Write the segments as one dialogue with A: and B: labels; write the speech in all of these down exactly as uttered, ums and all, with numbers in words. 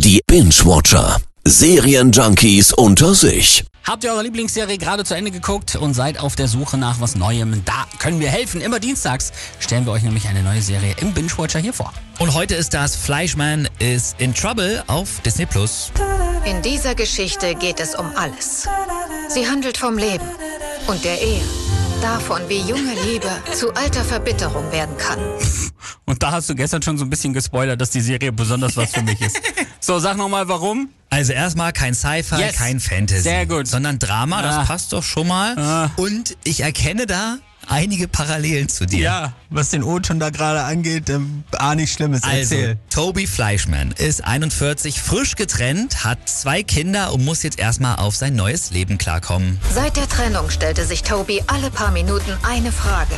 A: Die Binge-Watcher. Serienjunkies unter sich.
B: Habt ihr eure Lieblingsserie gerade zu Ende geguckt und seid auf der Suche nach was Neuem? Da können wir helfen. Immer dienstags stellen wir euch nämlich eine neue Serie im Binge-Watcher hier vor.
C: Und heute ist das Fleischman is in Trouble auf Disney Plus.
D: In dieser Geschichte geht es um alles. Sie handelt vom Leben und der Ehe. Davon, wie junge Liebe zu alter Verbitterung werden kann.
B: Und da hast du gestern schon so ein bisschen gespoilert, dass die Serie besonders was für mich ist. So, sag nochmal, warum?
C: Also erstmal kein Sci-Fi,
B: Yes.
C: kein Fantasy.
B: Sehr gut.
C: Sondern Drama, das
B: Ah.
C: passt doch schon mal.
B: Ah.
C: Und ich erkenne da einige Parallelen zu dir.
E: Ja, was den O-Ton da gerade angeht, ähm, ah, nicht Schlimmes,
C: Also,
E: erzähl.
C: Toby Fleischman ist einundvierzig, frisch getrennt, hat zwei Kinder und muss jetzt erstmal auf sein neues Leben klarkommen.
D: Seit der Trennung stellte sich Toby alle paar Minuten eine Frage.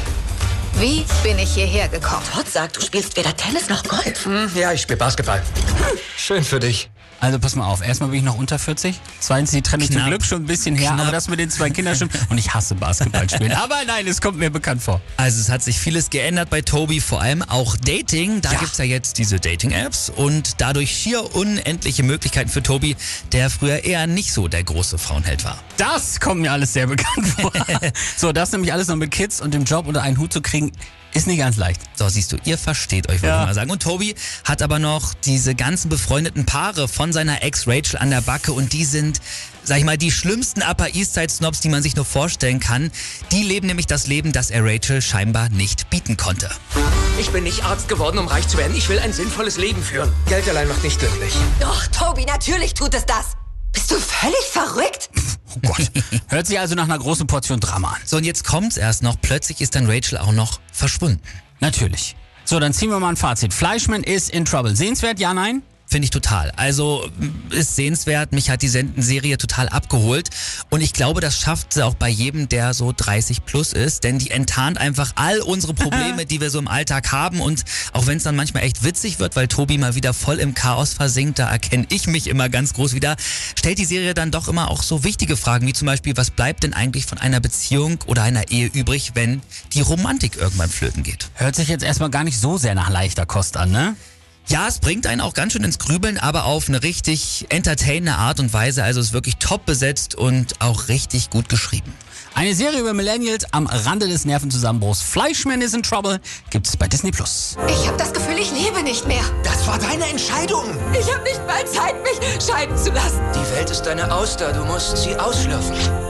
D: Wie bin ich hierher gekommen?
F: Todd sagt, du spielst weder Tennis noch Golf.
G: Hm, ja, ich spiele Basketball. Schön für dich.
B: Also pass mal auf, erstmal bin ich noch unter vierzig, zweitens die Trennung zum
C: Knapp.
B: Glück schon ein bisschen her,
C: Knapp.
B: aber das mit den zwei Kindern stimmt. Und ich hasse Basketball spielen. Aber nein, es kommt mir bekannt vor.
C: Also es hat sich vieles geändert bei Toby, vor allem auch Dating. Da
B: Ja.
C: gibt's ja jetzt diese Dating-Apps und dadurch schier unendliche Möglichkeiten für Toby, der früher eher nicht so der große Frauenheld war.
B: Das kommt mir alles sehr bekannt vor. So, das nämlich alles noch mit Kids und dem Job unter einen Hut zu kriegen, ist nicht ganz leicht.
C: So, siehst du, ihr versteht euch, wollte
B: Ja.
C: ich mal sagen. Und Toby hat aber noch diese ganzen befreundeten Paare von seiner Ex Rachel an der Backe und die sind, sag ich mal, die schlimmsten Upper East Side Snobs, die man sich nur vorstellen kann. Die leben nämlich das Leben, das er Rachel scheinbar nicht bieten konnte.
G: Ich bin nicht Arzt geworden, um reich zu werden. Ich will ein sinnvolles Leben führen. Geld allein macht nicht glücklich.
F: Doch, Toby, natürlich tut es das. Bist du völlig verrückt?
B: Oh Gott. Hört sich also nach einer großen Portion Drama an.
C: So, und jetzt kommt's erst noch. Plötzlich ist dann Rachel auch noch verschwunden.
B: Natürlich. So, dann ziehen wir mal ein Fazit. Fleischman is in trouble. Sehenswert, ja, nein?
C: Finde ich total. Also ist sehenswert, mich hat die Sen- Serie total abgeholt und ich glaube, das schafft sie auch bei jedem, der so dreißig plus ist, denn die enttarnt einfach all unsere Probleme, die wir so im Alltag haben und auch wenn es dann manchmal echt witzig wird, weil Toby mal wieder voll im Chaos versinkt, da erkenne ich mich immer ganz groß wieder, stellt die Serie dann doch immer auch so wichtige Fragen, wie zum Beispiel, was bleibt denn eigentlich von einer Beziehung oder einer Ehe übrig, wenn die Romantik irgendwann flöten geht?
B: Hört sich jetzt erstmal gar nicht so sehr nach leichter Kost an, ne?
C: Ja, es bringt einen auch ganz schön ins Grübeln, aber auf eine richtig entertainende Art und Weise. Also es ist wirklich top besetzt und auch richtig gut geschrieben.
B: Eine Serie über Millennials am Rande des Nervenzusammenbruchs. Fleischman is in trouble gibt es bei Disney Plus.
D: Ich habe das Gefühl, ich lebe nicht mehr.
G: Das war deine Entscheidung.
F: Ich habe nicht mal Zeit, mich scheiden zu lassen.
G: Die Welt ist eine Auster. Du musst sie ausschlürfen.